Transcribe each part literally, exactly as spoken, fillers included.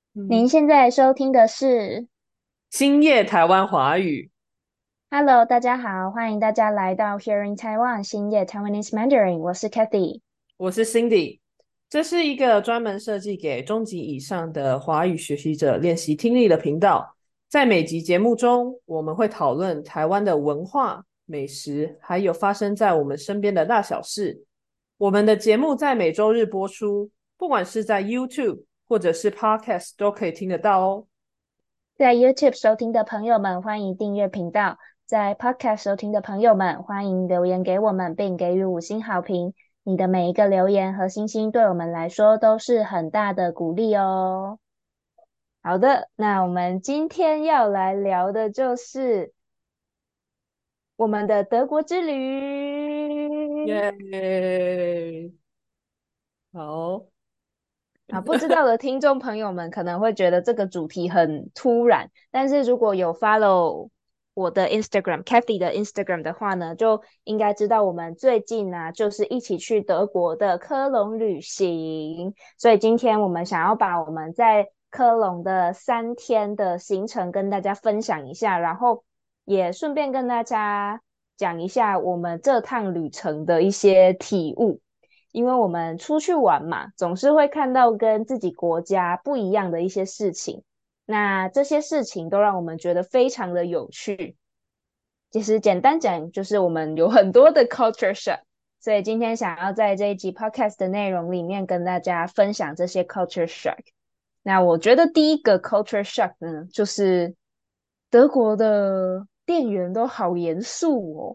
嗯， 您现在收听的是兴业台湾华语， ，Hello，大家好，欢迎大家来到 Hearing Taiwan 新叶 Taiwanese Mandarin，我是 Kathy。 我是 Cindy。这是一个专门设计给中级以上的华语学习者练习听力的频道。在每集节目中，我们会讨论台湾的文化、美食，还有发生在我们身边的大小事。我们的节目在每周日播出，不管是在 YouTube 或者是 Podcast 都可以听得到哦。 在 YouTube 收听的朋友们，欢迎订阅频道；在 Podcast 收听的朋友们，欢迎留言给我们，并给予五星好评。你的每一个留言和星星，对我们来说都是很大的鼓励哦。好的，那我们今天要来聊的就是我们的德国之旅。 耶、好。 啊，不知道的听众朋友们可能会觉得这个主题很突然，但是如果有 follow 我的 Instagram Kathy 的 Instagram 的话呢，就应该知道我们最近呢、就是一起去德国的科隆旅行，所以今天我们想要把我们在科隆的三天的行程跟大家分享一下，然后也顺便跟大家讲一下我们这趟旅程的一些体悟。因为我们出去玩嘛，总是会看到跟自己国家不一样的一些事情，那这些事情都让我们觉得非常的有趣。其实简单讲，就是我们有很多的 culture shock，所以今天想要在这一集 podcast 的内容里面跟大家分享这些 culture shock。那我觉得第一个 culture shock 呢，就是德国的店员都好严肃哦。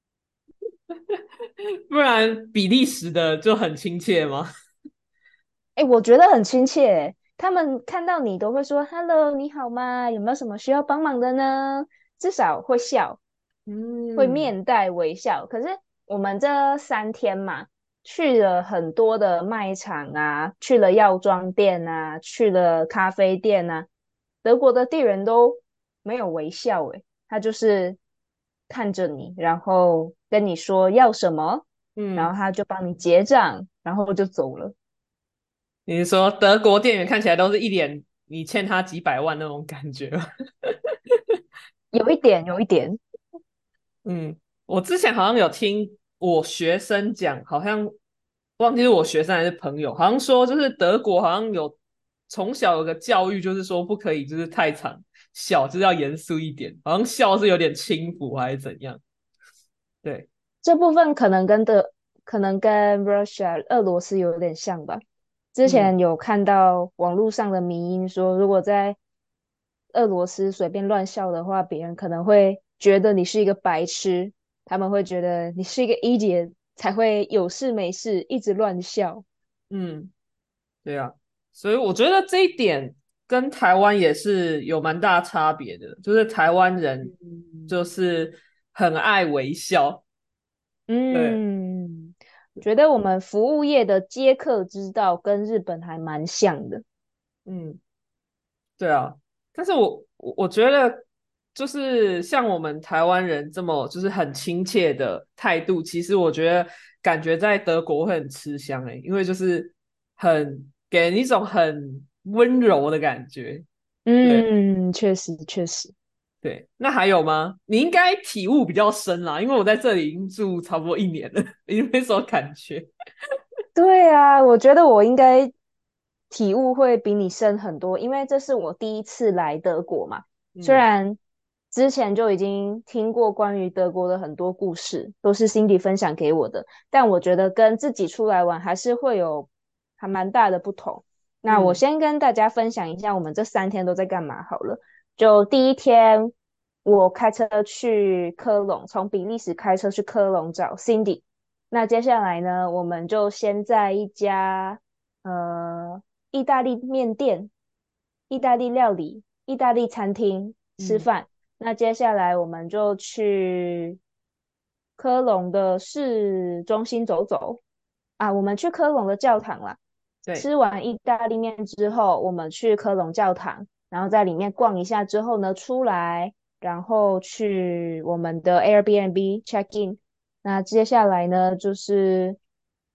不然比利时的就很亲切吗？ 哎，我觉得很亲切诶，他们看到你都会说 "Hello，你好吗？有没有什么需要帮忙的呢？"至少会笑，会嗯面带微笑。可是我们这三天嘛，去了很多的卖场啊，去了药妆店啊，去了咖啡店啊，德国的店员都没有微笑诶，他就是看着你，然后跟你说要什么，然嗯， 后他就帮你结账，然后就走了。 你是说德国店员看起来都是一脸你欠他几百万那种感觉吗？ 有一点，有一点。 嗯，我之前好像有听我学生讲，好像忘记是我学生还是朋友，好像说就是德国好像有从小有个教育，就是说不可以就是太常笑，就是要严肃一点，好像笑是有点轻浮还是怎样？对， 这部分可能跟的可能跟 Russia 俄罗斯有点像吧。之嗯前有看到网络上的迷因说，如果在俄罗斯随便乱笑的话，别人可能会觉得你是一个白痴，他们会觉得你是一个 idiot，才会有事没事一直乱笑。 嗯。对啊，所以我觉得这一点跟台湾也是有蛮大差别的，就是台湾人嗯就是很爱微笑。对， 嗯，觉得我们服务业的接客之道跟日本还蛮像的。 嗯，对啊，但是我我我觉得就是像我们台湾人这么就是很亲切的态度，其实我觉得感觉在德国会很吃香诶，因为就是很给人一种很温柔的感觉。对。 嗯，确实确实。 对，那还有吗？你应该体悟比较深啦，因为我在这里已经住差不多一年了，已经没什么感觉。 对啊，我觉得我应该体悟会比你深很多，因为这是我第一次来德国嘛。虽嗯然之前就已经听过关于德国的很多故事，都是 Cindy 分享给我的，但我觉得跟自己出来玩还是会有还蛮大的不同。那我嗯先跟大家分享一下我们这三天都在干嘛好了。就第一天，我开车去科隆，从比利时开车去科隆找 Cindy。那接下来呢，我们就先在一家呃意大利面店、意大利料理、意大利餐厅吃嗯， 饭。那接下来我们就去科隆的市中心走走啊，我们去科隆的教堂啦。 对， 吃完意大利面之后，我们去科隆教堂，然后在里面逛一下之后呢，出来，然后去我们的 Airbnb check in。那接下来呢，就是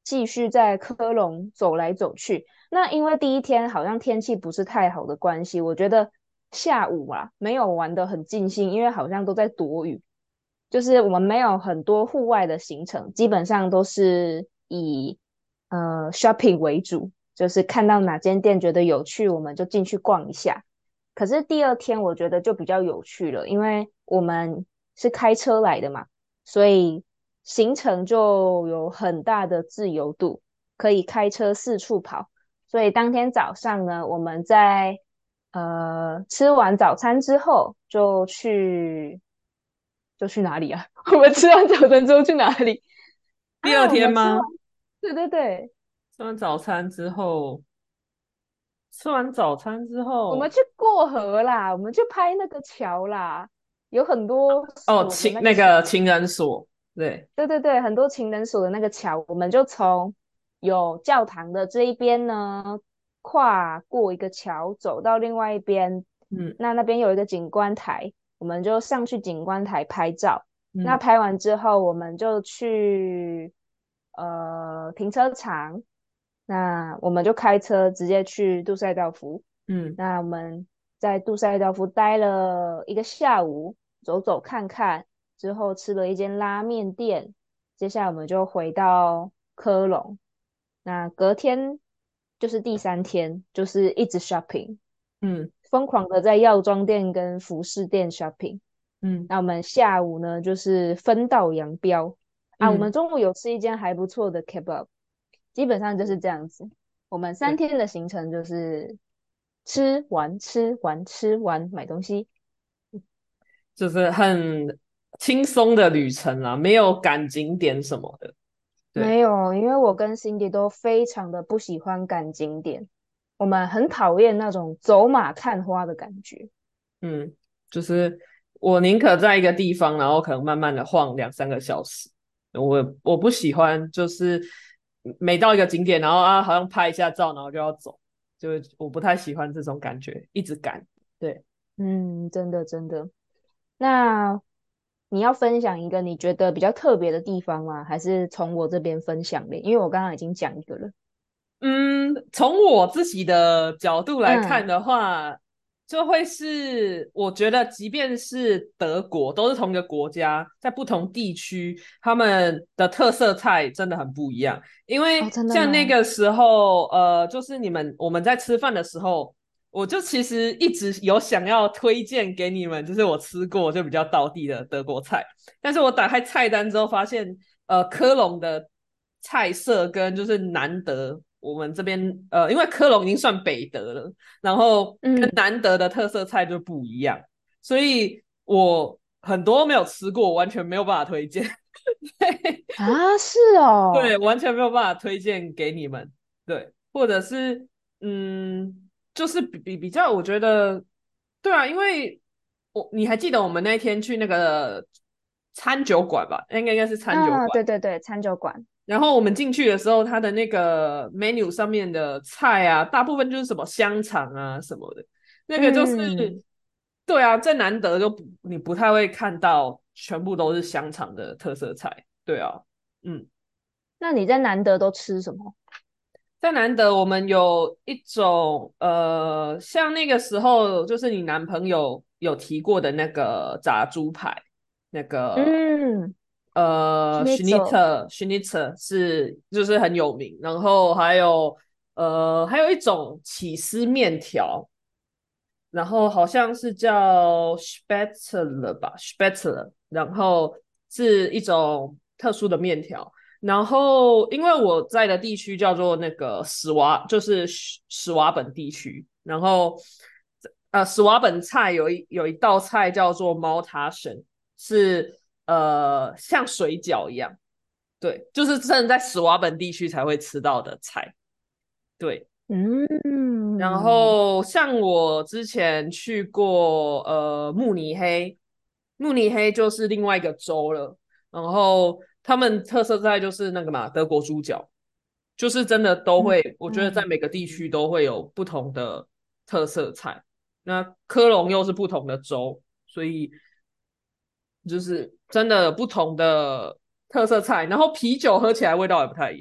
继续在科隆走来走去。那因为第一天好像天气不是太好的关系，我觉得下午啊没有玩得很尽兴，因为好像都在躲雨，就是我们没有很多户外的行程，基本上都是以呃 shopping 为主，就是看到哪间店觉得有趣，我们就进去逛一下。可是第二天我觉得就比较有趣了，因为我们是开车来的嘛，所以行程就有很大的自由度，可以开车四处跑。所以当天早上呢，我们在呃吃完早餐之后就去就去哪里啊？我们吃完早餐之后去哪里第二啊？我们吃完， 天吗？ 对对对， 吃完早餐之后，吃完早餐之后， 我们去过河啦，我们去拍那个桥啦，有很多哦， 锁的情那个桥。 那个情人锁，对， 对对对，很多情人锁的那个桥，我们就从有教堂的这一边呢，跨过一个桥，走到另外一边。 嗯那那边有一个景观台，我们就上去景观台拍照。那嗯拍完之后，我们就去呃停车场，那我们就开车直接去杜塞道夫。 嗯那我们在杜塞道夫待了一个下午，走走看看。之后吃了一间拉面店，接下来我们就回到科隆。那隔天就是第三天，就是一直 shopping， 嗯疯狂的在药妆店跟服饰店 shopping。 嗯那我们下午呢，就是分道扬镳啊。我们嗯， 中午有吃一间还不错的 kebab，基本上就是这样子。我们三对， 天的行程就是吃玩吃玩吃玩买东西。 就是很轻松的旅程啦，没有赶景点什么的。对， 没有，因为我跟 Cindy 都非常的不喜欢赶景点，我们很讨厌那种走马看花的感觉。 嗯，就是我宁可在一个地方，然后可能慢慢的晃两三个小时。我我不喜欢就是每到一个景点，然后啊好像拍一下照，然后就要走，就是我不太喜欢这种感觉，一直赶。对。 嗯，真的真的。那你要分享一个你觉得比较特别的地方吗？还是从我这边分享的？因为我刚刚已经讲一个了。 嗯，从我自己的角度来看嗯， 的话，就会是我觉得，即便是德国，都是同一个国家，在不同地区，他们的特色菜真的很不一样。因哦， 为真的吗？ 像那个时候，呃，就是你们我们在吃饭的时候，我就其实一直有想要推荐给你们，就是我吃过就比较道地的德国菜。但是我打开菜单之后，发现呃，科隆的菜色跟就是南德我们这边呃，因为科隆已经算北德了，然后跟嗯南德的特色菜就不一样，所以我很多没有吃过，完全没有办法推荐。对啊，是哦， 对，完全没有办法推荐给你们。对，或者是嗯，就是比比比较，我觉得对啊，因为我你还记得我们那天去那个餐酒馆吧？应该应该是餐酒嗯， 馆。 对对对，餐酒馆。 然后我们进去的时候，它的那个 menu 上面的菜啊，大部分就是什么香肠啊什么的，那个就是嗯， 对啊，在难得就不你不太会看到全部都是香肠的特色菜。对啊，嗯。 那你在南德都吃什么？ 在难得我们有一种呃，像那个时候就是你男朋友有提过的那个炸猪排，那个嗯呃 s c h n i t z ，schnitzel。 e s c h n i t z e 是就是很有名，然后还有呃还有一种起司面条，然后好像是叫 Spätzle 吧，Spätzle，然后是一种特殊的面条。然后，因为我在的地区叫做那个史瓦，就是史史瓦本地区。然后，呃，史瓦本菜有一有一道菜叫做猫塔神，是呃像水饺一样，对，就是真的在史瓦本地区才会吃到的菜。对，然嗯， 后像我之前去过呃慕尼黑，慕尼黑就是另外一个州了。然后他们特色菜就是那个嘛，德国猪脚，就是真的都嗯会，我觉得在嗯， 每个地区都会有不同的特色菜。那科隆又是不同的州，所以就是真的不同的特色菜，然后啤酒喝起来味道也不太一样。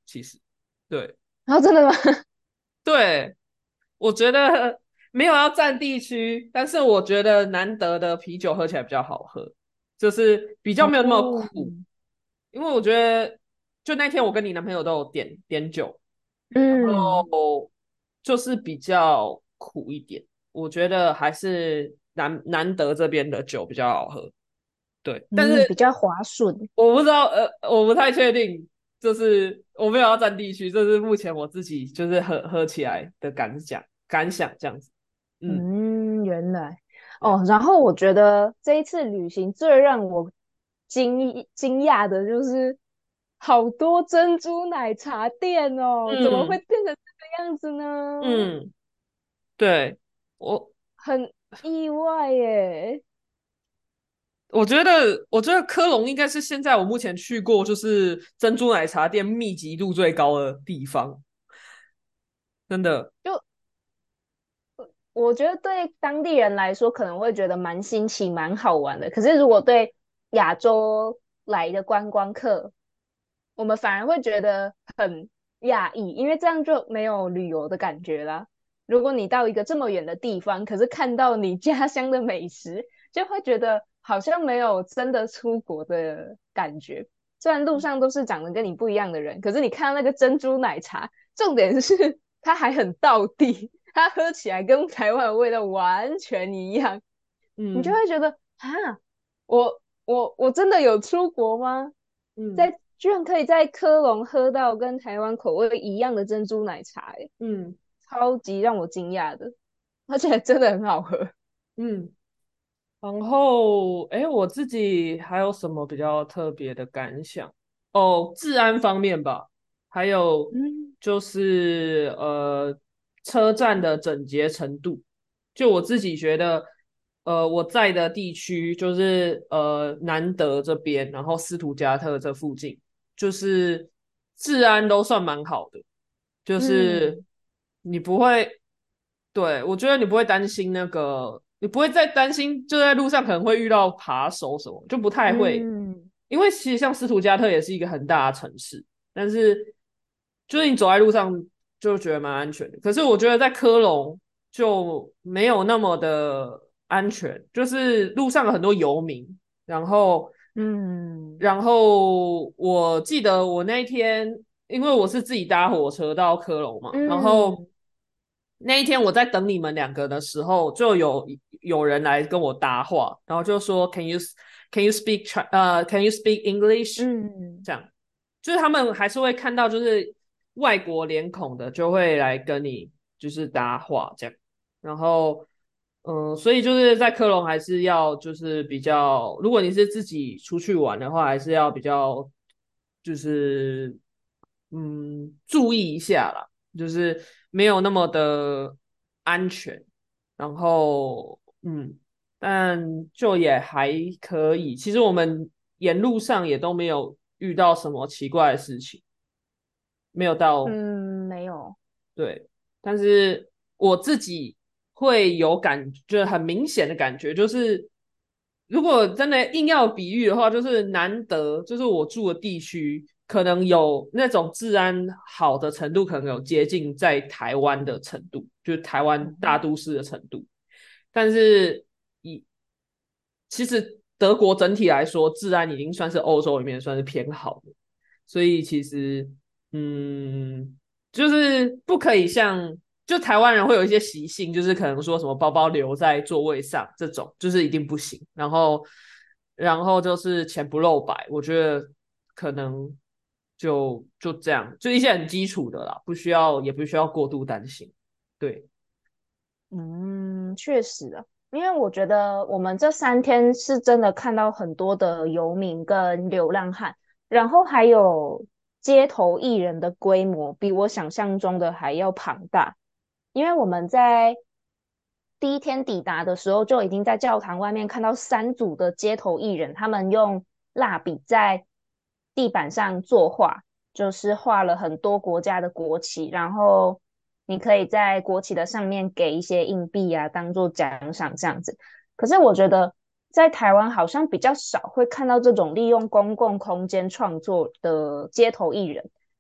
其实对然后真的吗？ 对，我觉得没有要占地区，但是我觉得难得的啤酒喝起来比较好喝，就是比较没有那么哦， 苦。因为我觉得，就那天我跟你男朋友都有点点酒， 嗯， 哦，就是比较苦一点。我觉得还是南南德这边的酒比较好喝。对，但是嗯，比较滑顺。 我不知道，呃，我不太确定，就是我没有要占地区，这是目前我自己就是喝喝起来的感想感想这样子。嗯， 嗯，原来对， 哦。然后我觉得这一次旅行最让我惊惊讶的就是好多珍珠奶茶店哦，怎么会嗯变成这个样子呢？ 嗯，对我很意外耶。 我觉得，我觉得科隆应该是现在我目前去过就是珍珠奶茶店密集度最高的地方，真的。 就我觉得对当地人来说可能会觉得蛮新奇、蛮好玩的，可是如果对亚洲来的观光客，我们反而会觉得很讶异，因为这样就没有旅游的感觉啦。如果你到一个这么远的地方，可是看到你家乡的美食，就会觉得好像没有真的出国的感觉。虽然路上都是长得跟你不一样的人，可是你看到那个珍珠奶茶，重点是它还很道地，它喝起来跟台湾的味道完全一样，你就嗯会觉得啊，我我我真的有出国吗？ 嗯在居然可以在科隆喝到跟台湾口味一样的珍珠奶茶，欸， 嗯超级让我惊讶的，而且真的很好喝。 嗯。然后，哎，我自己还有什么比较特别的感想？哦，治安方面吧，还有嗯就是呃，车站的整洁程度。就我自己觉得，呃，我在的地区就是呃南德这边，然后斯图加特这附近，就是治安都算蛮好的，就是嗯你不会，对，我觉得你不会担心那个，你不会再担心就在路上可能会遇到扒手什么，就不太会， 嗯因为其实像斯图加特也是一个很大的城市，但是就是你走在路上就觉得蛮安全的。可是我觉得在科隆就没有那么的安全，就是路上有很多游民，然后嗯然后我记得我那一天，因为我是自己搭火车到科隆嘛，然后嗯那一天我在等你们两个的时候，就有有人来跟我搭话，然后就说 Can you Can you speak 呃、uh, Can you speak English？ 嗯这样，就是他们还是会看到就是外国脸孔的，就会来跟你就是搭话这样。然后，嗯，所以就是在科隆还是要就是比较，如果你是自己出去玩的话，还是要比较就是嗯注意一下啦，就是没有那么的安全。然后嗯，但就也还可以。其实我们沿路上也都没有遇到什么奇怪的事情，没有到嗯，没有。 对，但是我自己会有感，就是很明显的感觉，就是如果真的硬要比喻的话，就是难得，就是我住的地区，可能有那种治安好的程度，可能有接近在台湾的程度，就是台湾大嗯都市的程度。但是以其实德国整体来说，治安已经算是欧洲里面算是偏好的，所以其实嗯。就是不可以像就台湾人会有一些习性，就是可能说什么包包留在座位上这种，就是一定不行。然后，然后就是钱不露白，我觉得可能就就这样，就一些很基础的啦，不需要也不需要过度担心。对， 嗯，确实的，因为我觉得我们这三天是真的看到很多的游民跟流浪汉，然后还有街头艺人的规模比我想象中的还要庞大。因为我们在第一天抵达的时候，就已经在教堂外面看到三组的街头艺人，他们用蜡笔在地板上作画，就是画了很多国家的国旗，然后你可以在国旗的上面给一些硬币啊，当做奖赏这样子。可是我觉得在台湾好像比较少会看到这种利用公共空间创作的街头艺人，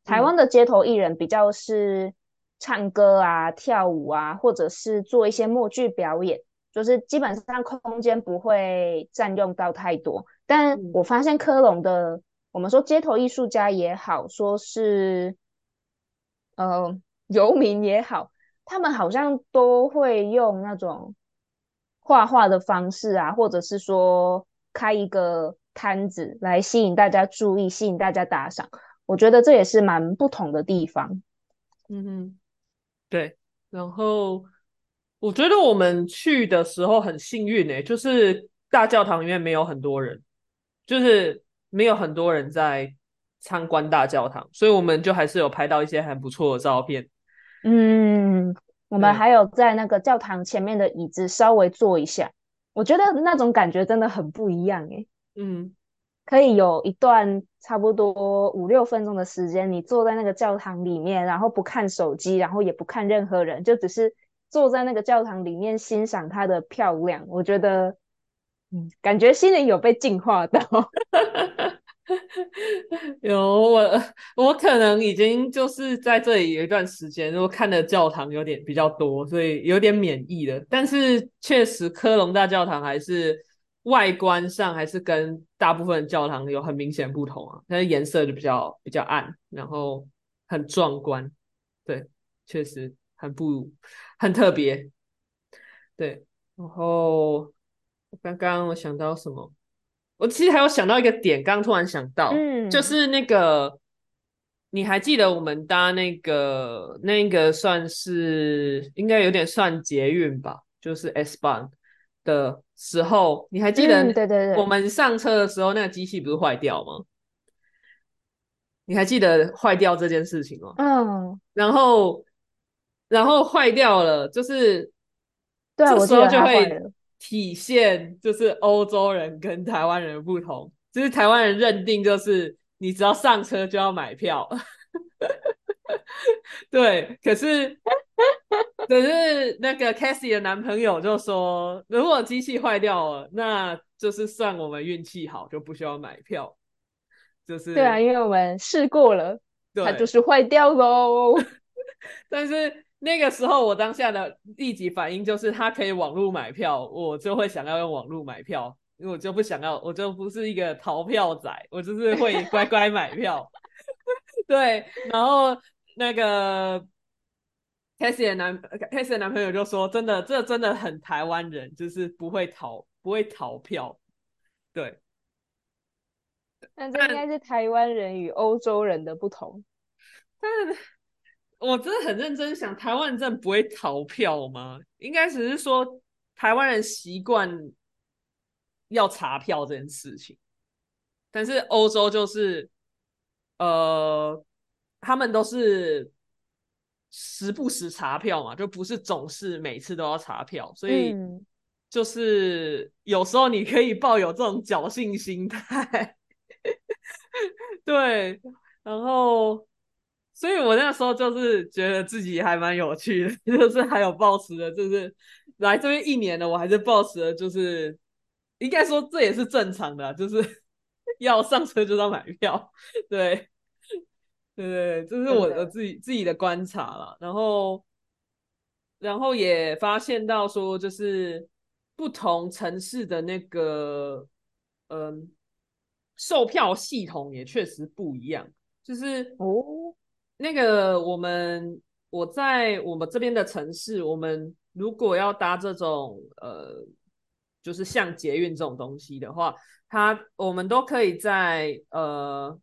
台湾的街头艺人比较是唱歌啊、跳舞啊，或者是做一些默剧表演，就是基本上空间不会占用到太多。但嗯我发现科隆的，我们说街头艺术家也好，说是呃游民也好，他们好像都会用那种画画的方式啊，或者是说开一个摊子来吸引大家注意，吸引大家打赏。我觉得这也是蛮不同的地方。 嗯哼，对。然后我觉得我们去的时候很幸运诶，就是大教堂里面没有很多人，就是没有很多人在参观大教堂，所以我们就还是有拍到一些很不错的照片。 嗯，我们对， 还有在那个教堂前面的椅子稍微坐一下，我觉得那种感觉真的很不一样诶。 嗯， 可以有一段差不多五六分钟的时间，你坐在那个教堂里面，然后不看手机，然后也不看任何人，就只是坐在那个教堂里面欣赏它的漂亮。我觉得，嗯，感觉心灵有被净化到。 有我，我可能已经就是在这里有一段时间，如果看的教堂有点比较多，所以有点免疫了。但是确实，科隆大教堂还是外观上还是跟大部分教堂有很明显不同啊，它的颜色就比较比较暗，然后很壮观。对，确实很不很特别。对，然后刚刚我想到什么？我其实还有想到一个点，刚刚突然想到，就嗯是那个，你还记得我们搭那个那个算是应该有点算捷运吧，就是 S 班的时候，你还记嗯， 得对对对， 我们上车的时候那个机器不是坏掉吗？你还记得坏掉这件事情吗？ 嗯， 然后，然后坏掉了，就是对啊， 这时候我记得就会它坏了。 体现，就是欧洲人跟台湾人的不同，就是台湾人认定就是你只要上车就要买票，对，可是可是那个 Cassie 的男朋友就说，如果机器坏掉了，那就是算我们运气好，就不需要买票，就对啊， 是因为我们试过了，它就对。 是坏掉喽。 但是那个时候我当下的立即反应就是，他可以网络买票，我就会想要用网络买票，因为我就不想要，我就不是一个逃票仔，我就是会乖乖买票。对，然后那个 Cassie 的男 Cassie 的男朋友就说，真的，这真的很台湾人，就是不会逃，不会逃票。对， 那这应但该是台湾人与欧洲人的不同。 但我真的很认真想，台湾人真的不会逃票吗？应该只是说台湾人习惯要查票这件事情，但是欧洲就是呃，他们都是时不时查票嘛，就不是总是每次都要查票，所以嗯， 就是有时候你可以抱有这种侥幸心态。对，然后，所以我那时候就是觉得自己还蛮有趣的，就是还有抱持的，就是来这边一年了，我还是抱持的，就是应该说这也是正常的啊，就是要上车就要买票，对对对，这是我我真的。 自己自己的观察啦，然后然后也发现到说，就是不同城市的那个嗯售票系统也确实不一样。就是哦， 那个我们我在我们这边的城市，我们如果要搭这种呃，就是像捷运这种东西的话，它我们都可以在呃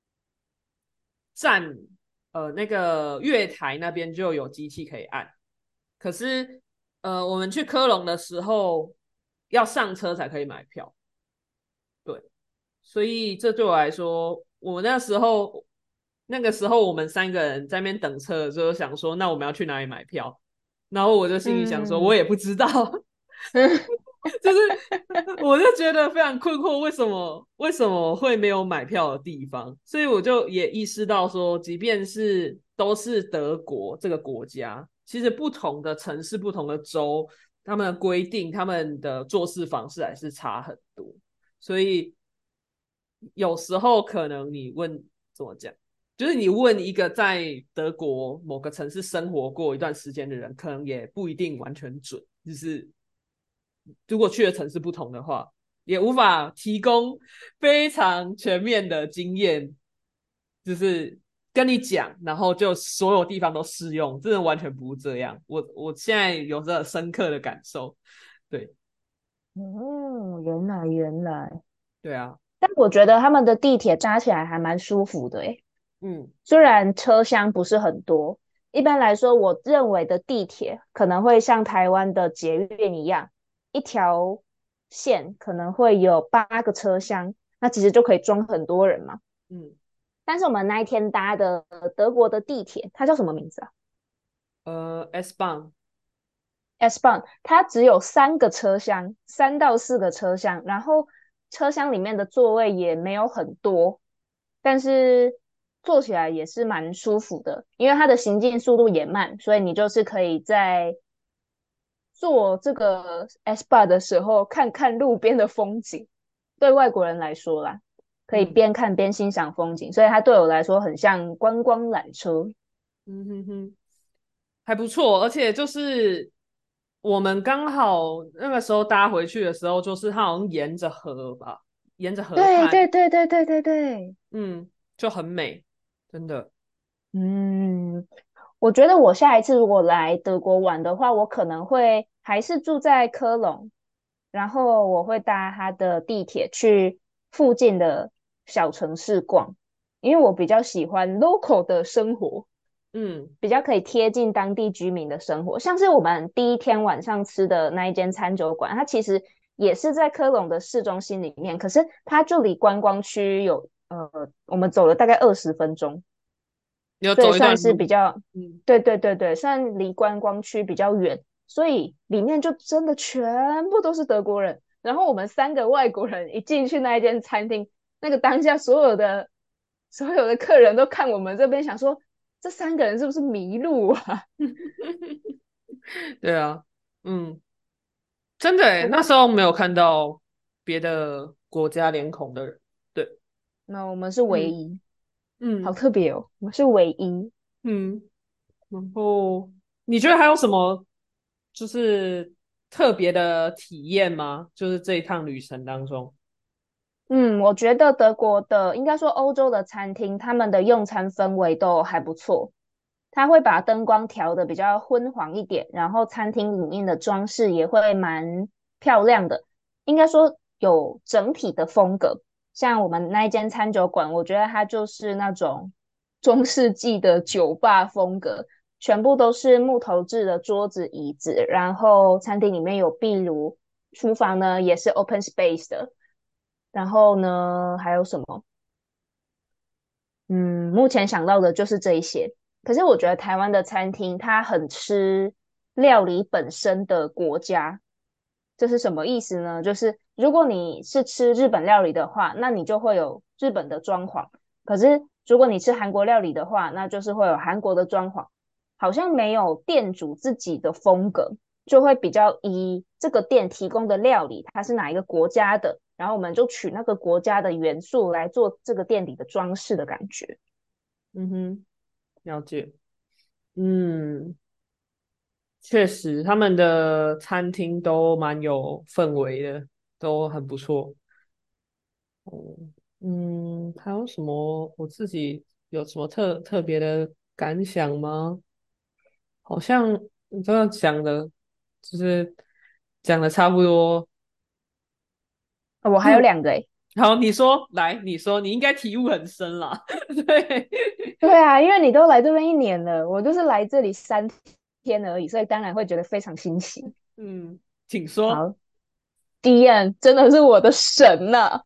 站呃那个月台那边就有机器可以按，可是呃我们去科隆的时候要上车才可以买票，对。所以这对我来说，我那时候那个时候我们三个人在那边等车的时候，想说那我们要去哪里买票？然后我就心里想说，我嗯， 也不知道，就是我就觉得非常困惑，为什么为什么会没有买票的地方？所以我就也意识到说，即便是都是德国这个国家，其实不同的城市、不同的州，他们的规定、他们的做事方式还是差很多。所以有时候可能你问怎么讲？ 就是你问一个在德国某个城市生活过一段时间的人，可能也不一定完全准。就是如果去的城市不同的话，也无法提供非常全面的经验，就是跟你讲，然后就所有地方都适用，真的完全不是这样。我我现在有着深刻的感受。对哦，原来原来， 对啊。 但我觉得他们的地铁搭起来还蛮舒服的诶， 嗯虽然车厢不是很多。一般来说，我认为的地铁可能会像台湾的捷运一样，一条线可能会有八个车厢，那其实就可以装很多人嘛。 嗯。 但是我们那一天搭的德国的地铁，它叫什么名字啊呃，S 棒。 ？S-Bahn，它只有三个车厢，三到四个车厢，然后车厢里面的座位也没有很多，但是坐起来也是蛮舒服的，因为它的行进速度也慢，所以你就是可以在坐这个 S-Bahn 的时候看看路边的风景。对外国人来说啦，可以嗯边看边欣赏风景，所以它对我来说很像观光缆车。 嗯哼哼。还不错，而且就是我们刚好那个时候搭回去的时候，就是它好像沿着河吧，沿着河滩。 对对对对对对对， 嗯，就很美，真的。 嗯，我觉得我下一次如果来德国玩的话，我可能会还是住在科隆，然后我会搭它的地铁去附近的小城市逛，因为我比较喜欢 local 的生活， 嗯比较可以贴近当地居民的生活。像是我们第一天晚上吃的那一间餐酒馆，它其实也是在科隆的市中心里面，可是它就离观光区有呃，我们走了大概二十分钟。 要走一所以算段路。 是比较， 嗯对对对对，算离观光区比较远，所以里面就真的全部都是德国人。然后我们三个外国人一进去那一间餐厅，那个当下所有的所有的客人都看我们这边，想说这三个人是不是迷路啊？ 对啊。嗯，真的诶， 不过那时候没有看到别的国家脸孔的人。对。 那我们是唯嗯一，好嗯特别哦，我们是唯一。 嗯。然后你觉得还有什么就是特别的体验吗？就是这一趟旅程当中。 嗯，我觉得德国的，应该说欧洲的餐厅，他们的用餐氛围都还不错。他会把灯光调的比较昏黄一点，然后餐厅里面的装饰也会蛮漂亮的，应该说有整体的风格。像我们那一间餐酒馆，我觉得它就是那种中世纪的酒吧风格，全部都是木头制的桌子椅子，然后餐厅里面有壁炉，厨房呢也是 open space 的。然后呢，还有什么？嗯，目前想到的就是这一些。可是我觉得台湾的餐厅它很吃料理本身的国家，这是什么意思呢？就是如果你是吃日本料理的话，那你就会有日本的装潢；可是如果你吃韩国料理的话，那就是会有韩国的装潢。好像没有店主自己的风格，就会比较以这个店提供的料理，它是哪一个国家的，然后我们就取那个国家的元素来做这个店里的装饰的感觉。 嗯哼。了解。嗯，确实，他们的餐厅都蛮有氛围的，都很不错。哦。嗯，还有什么我自己有什么特特别的感想吗？好像你这样讲的，就是讲的差不多。 哦我还有嗯， 两个诶， 好，你说，来，你说，你应该体悟很深啦。对。 对啊，因为你都来这边一年了，我就是来这里三天而已，所以当然会觉得非常欣喜。 嗯，请说。 好，第一案真的是我的神呐、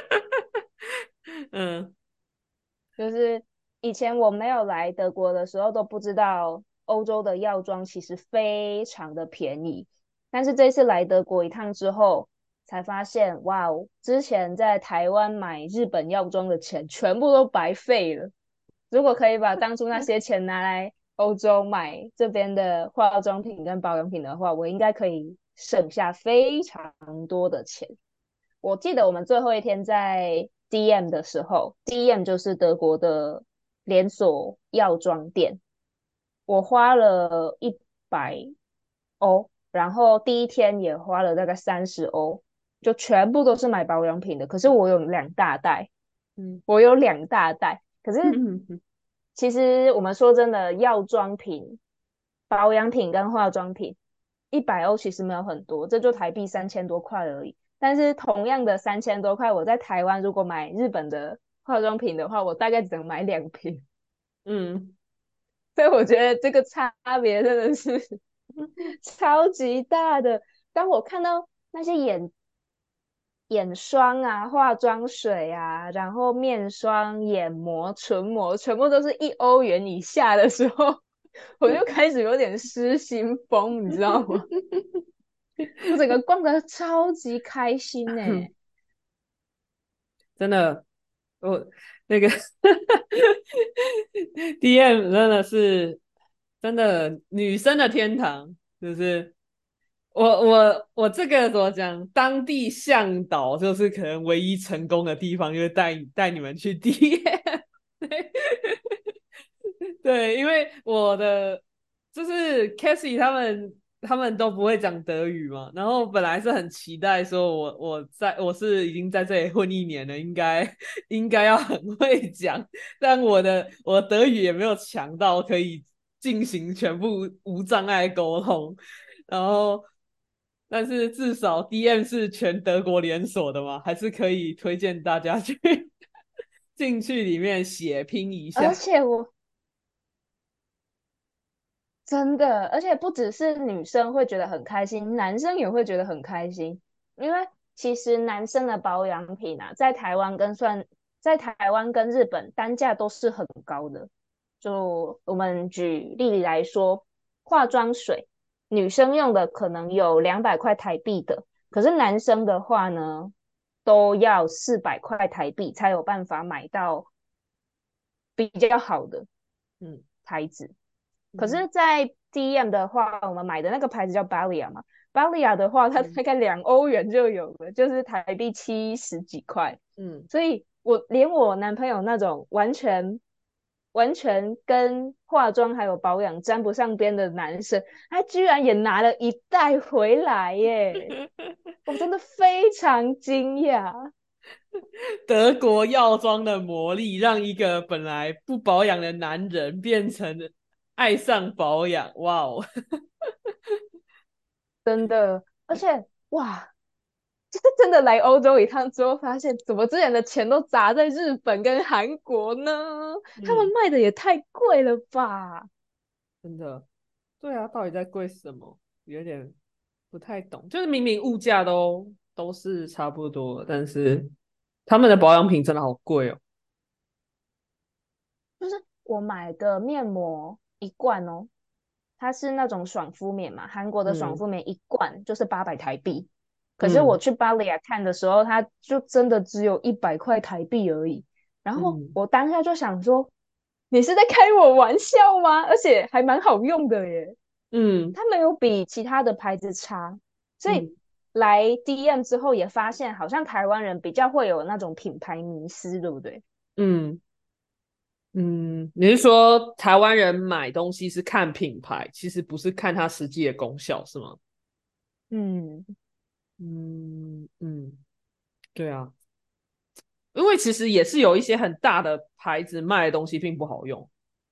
嗯就是以前我没有来德国的时候都不知道欧洲的药妆其实非常的便宜，但是这次来德国一趟之后，才发现哇哦，之前在台湾买日本药妆的钱全部都白费了。如果可以把当初那些钱拿来欧洲买这边的化妆品跟保养品的话，我应该可以省下非常多的钱。我记得我们最后一天在 D M 的时候，D M 就是德国的连锁药妆店，我花了一百欧，然后第一天也花了大概三十欧，就全部都是买保养品的。可是我有两大袋， 嗯我有两大袋。可是嗯嗯其实我们说真的，药妆品、保养品跟化妆品，一百欧其实没有很多，这就台币三千多块而已。但是同样的三千多块，我在台湾如果买日本的化妆品的话，我大概只能买两瓶。 嗯所以我觉得这个差别真的是超级大的。当我看到那些眼眼霜啊、化妆水啊，然后面霜、眼膜、唇膜，全部都是一欧元以下的时候，我就开始有点失心疯，你知道吗？我整个逛的超级开心呢、 嗯，真的，我那个 D M 真的是真的女生的天堂，就是我我我这个怎么讲？当地向导就是可能唯一成功的地方，就是带带你们去 D M。对，因为我的就是 Cassie 他们他们都不会讲德语嘛，然后本来是很期待说我我在我是已经在这里混一年了，应该应该要很会讲，但我的我的德语也没有强到可以进行全部无障碍沟通，然后但是至少 D M 是全德国连锁的嘛，还是可以推荐大家去进去里面血拼一而下。 且我真的，而且不只是女生会觉得很开心，男生也会觉得很开心。因为其实男生的保养品啊，在台湾跟算在台湾跟日本单价都是很高的。就我们举例来说，化妆水，女生用的可能有两百块台币的，可是男生的话呢，都要四百块台币才有办法买到比较好的嗯牌子。可嗯是，在 D M 的话，我们买的那个牌子叫 Balia 嘛，Balia 的话，它嗯大概两欧元就有了，就是台币七十几块。 嗯。 所以我连我男朋友那种完全完全跟化妆还有保养沾不上边的男生，他居然也拿了一袋回来耶！我真的非常惊讶。 德国药妆的魔力，让一个本来不保养的男人变成爱上保养。哇哦！ 真的，而且哇，就是真的来欧洲一趟之后，发现怎么之前的钱都砸在日本跟韩国呢？他们嗯， 卖的也太贵了吧？ 真的，对啊，到底在贵什么？有点不太懂。就是明明物价都都是差不多，但是他们的保养品真的好贵哦。 就是我买的面膜一罐哦，它是那种爽肤棉嘛，韩国的爽嗯肤棉一罐就是八百台币。可是我嗯去巴黎亚看的时候，它就真的只有一百块台币而已。然后嗯我当下就想说，你是在开我玩笑吗？而且还蛮好用的耶。 嗯它没有比其他的牌子差，所以嗯来 D M 之后也发现，好像台湾人比较会有那种品牌迷思，对不对？ 嗯嗯，你是说台湾人买东西是看品牌，其实不是看它实际的功效，是吗？ 嗯， 嗯嗯，对啊，因为其实也是有一些很大的牌子卖的东西并不好用。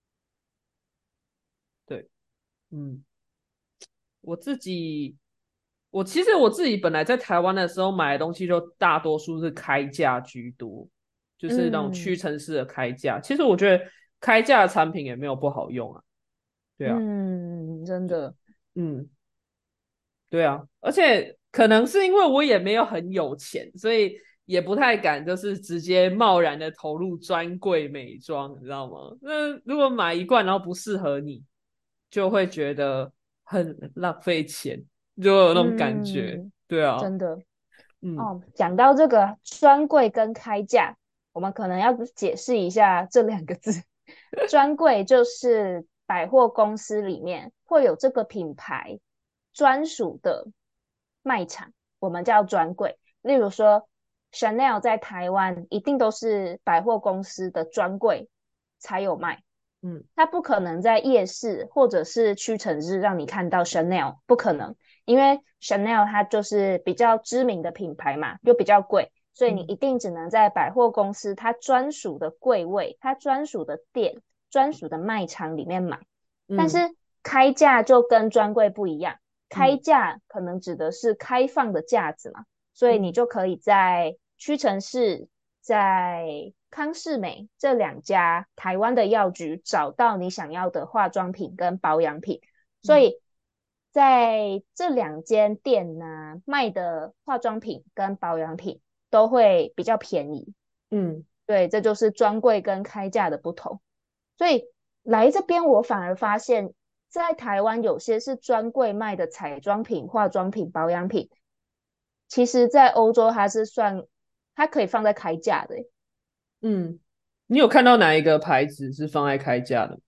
对，嗯，我自己，我其实我自己本来在台湾的时候买的东西，就大多数是开价居多，就是那种屈嗯臣氏的开价。其实我觉得开价的产品也没有不好用啊。对啊， 嗯，真的， 嗯，对啊，而且可能是因为我也没有很有钱，所以也不太敢就是直接贸然的投入专柜美妆，你知道吗？那如果买一罐然后不适合你，就会觉得很浪费钱，就有那种感觉。 嗯， 对啊， 真的。 嗯哦，讲到这个专柜跟开价，我们可能要解释一下这两个字。专柜就是百货公司里面会有这个品牌专属的卖场，我们叫专柜。例如说，Chanel 在台湾一定都是百货公司的专柜才有卖。 嗯它不可能在夜市或者是屈臣氏让你看到 Chanel， 不可能，因为 Chanel 它就是比较知名的品牌嘛，又比较贵，所以你嗯一定只能在百货公司它专属的柜位、它专属的店、专属的卖场里面买。但嗯是开架就跟专柜不一样，开嗯架可能指的是开放的架子嘛，所以你嗯就可以在屈臣氏、在康是美这两家台湾的药局找到你想要的化妆品跟保养品，所嗯以在这两间店呢，卖的化妆品跟保养品都会比较便宜。 嗯对，这就是专柜跟开架的不同。所以来这边，我反而发现，在台湾有些是专柜卖的彩妆品、化妆品、保养品，其实在欧洲它是算，它可以放在开架的。 嗯，你有看到哪一个牌子是放在开价的？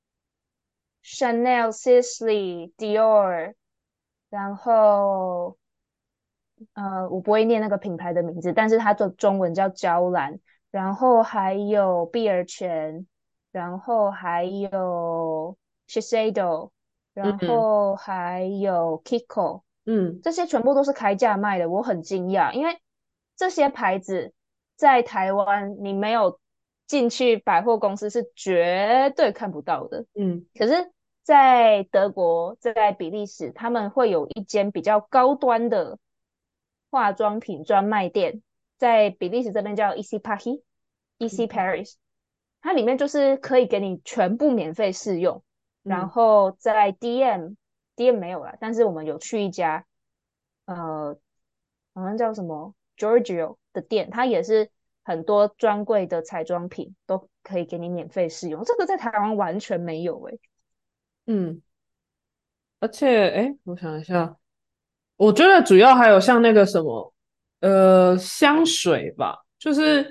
Chanel、Sisley、Dior，然后呃，我不会念那个品牌的名字，但是它的中文叫娇兰，然后还有碧尔泉，然后还有 Shiseido，然嗯后还有 Kiko， 嗯这些全部都是开价卖的，我很惊讶，因为这些牌子在台湾你没有进去百货公司是绝对看不到的。 嗯可是，在德国，在比利时，他们会有一间比较高端的化妆品专卖店，在比利时这边叫 Easy Paris、Easy 嗯 Paris，它里面就是可以给你全部免费试用。然嗯后在 D M，D M 没有了，但是我们有去一家，呃，好像叫什么 Giorgio 的店，它也是很多专柜的彩妆品都可以给你免费试用，这个在台湾完全没有诶、欸嗯，而且，哎，我想一下，我觉得主要还有像那个什么，呃，香水吧，就是，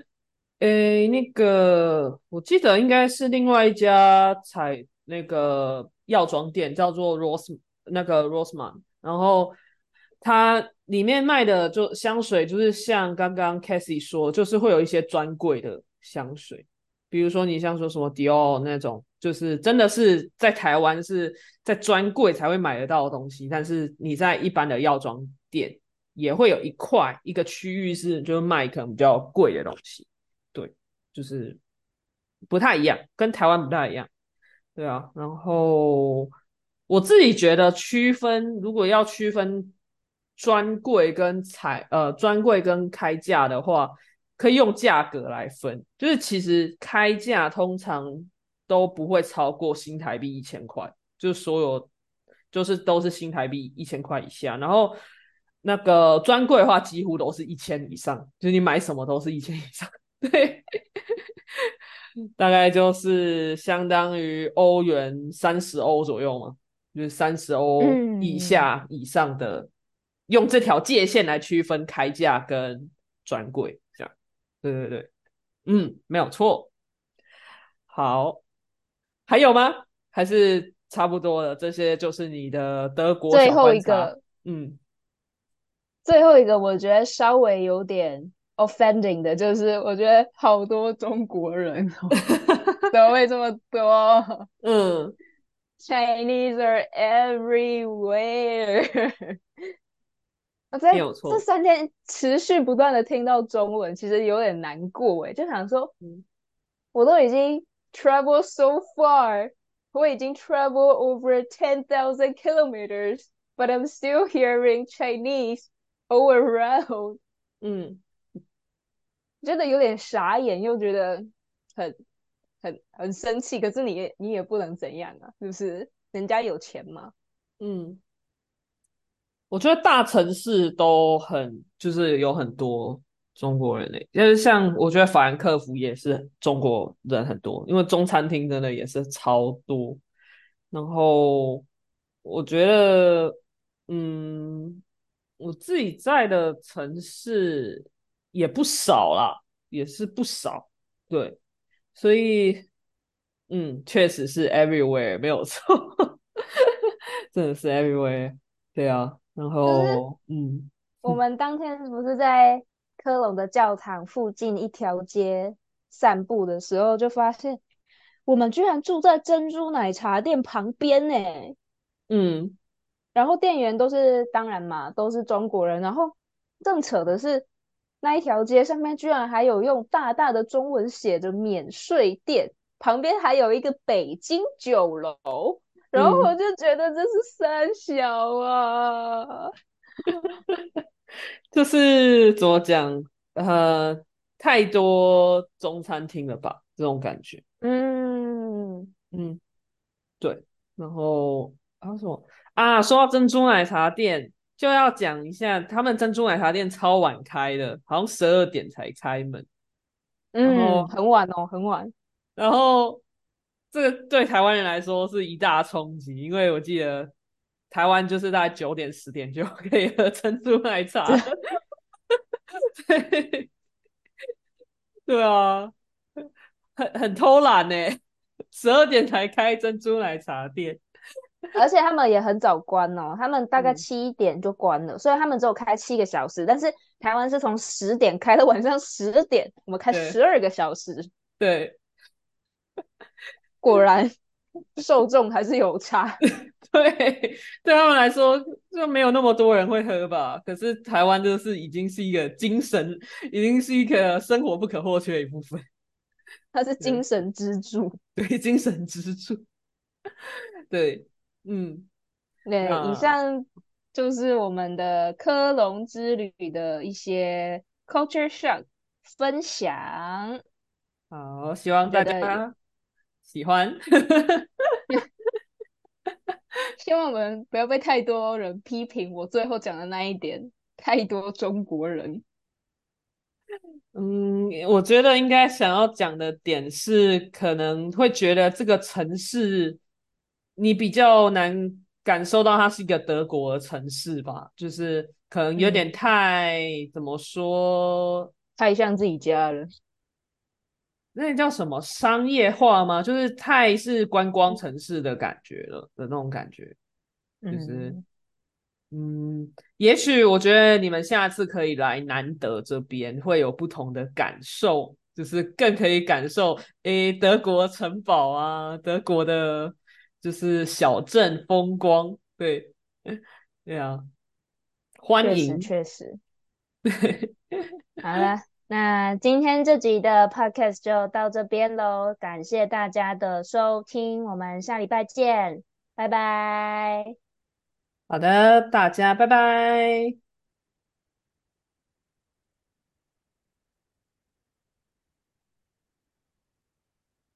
诶，那个我记得应该是另外一家彩那个药妆店，叫做 Rose 那个 Roseman，然后它里面卖的就香水，就是像刚刚 Cassie 说，就是会有一些专柜的香水，比如说你像说什么迪奥那种，就是真的是在台湾是在专柜才会买得到的东西，但是你在一般的药妆店也会有一块一个区域是就是卖可能比较贵的东西，对，就是不太一样，跟台湾不太一样，对啊。然后我自己觉得区分，如果要区分专柜跟采呃专柜跟开价的话，可以用价格来分，就是其实开价通常都不会超过新台币一千块，就是所有就是都是新台币一千块以下，然后那个专柜的话几乎都是一千以上，就是你买什么都是一千以上，对，大概就是相当于欧元三十欧左右嘛，就是三十欧以嗯， 下以上的，用这条界限来区分开价跟专柜，这样。对对对，嗯，没有错。好，还有吗？还是差不多了？这些就是你的德国小最后观察。 一个， 嗯最后一个，我觉得稍微有点 offending 的，就是我觉得好多中国人哦，怎么会这么多嗯， ？Chinese are everywhere 我没在这有错。 三天持续不断的听到中文，其实有点难过诶，就想说， 嗯我都已经 travel so far，我已经 travel over ten thousand kilometers，but I'm still hearing Chinese all around， 嗯真的有点傻眼，又觉得很很很生气，可是你也你也不能怎样啊，是不是？人家有钱嘛。 嗯。我觉得大城市都很，就是有很多中国人诶，就是像我觉得法兰克福也是中国人很多，因为中餐厅真的也是超多。然后我觉得，嗯，我自己在的城市也不少啦，也是不少，对，所以，嗯，确实是 everywhere 没有错，真的是 everywhere。对啊，然可是后嗯我们当天不是在科隆的教堂附近一条街散步的时候，就发现我们居然住在珍珠奶茶店旁边呢。 嗯然后店员都是当然嘛，都是中国人。然后更扯的是，那一条街上面居然还有用大大的中文写着“免税店”，旁边还有一个北京酒楼。然后我嗯， 就觉得这是三小啊。 就是怎么讲，呃，太多中餐厅了吧，这种感觉。 嗯嗯，对。然后还有什么啊？说到珍珠奶茶店，就要讲一下，他们珍珠奶茶店超晚开的，好像十二点才开门。然嗯， 后， 很晚哦，很晚。 然后这个对台湾人来说是一大冲击，因为我记得台湾就是大概九点十点就可以喝珍珠奶茶了。对对啊，很很偷懒呢，十二点才开珍珠奶茶店。 而且他们也很早关哦，他们大概嗯， 七点就关了，所以他们只有开七个小时。但是台湾是从十点开到晚上十点，我们开十对二个小时， 对果然受众还是有差。 对，对他们来说就没有那么多人会喝吧。可是台湾就是已经是一个精神，已经是一个生活不可或缺的一部分。 它是精对神支柱。 对，精神支柱。对，嗯， 对，以那上就是我们的科隆之旅的一些 culture shock 分享。 好，希望大我觉得家喜欢。 希望我们不要被太多人批评我最后讲的那一点，太多中国人。 嗯，我觉得应该想要讲的点是，可能会觉得这个城市你比较难感受到它是一个德国的城市吧，就是可能有点嗯， 太怎么说， 太像自己家了。 那叫什么商业化吗？就是太是观光嗯城市的感觉了的那种感觉，就是嗯， 嗯，也许我觉得你们下次可以来南德这边，会有不同的感受，就是更可以感受诶德国城堡啊，德国的就是小镇风光，对对啊，欢确实迎。 确实。好了，那今天这集的 podcast 就到这边喽，感谢大家的收听，我们下礼拜见，拜拜。 好的，大家拜拜。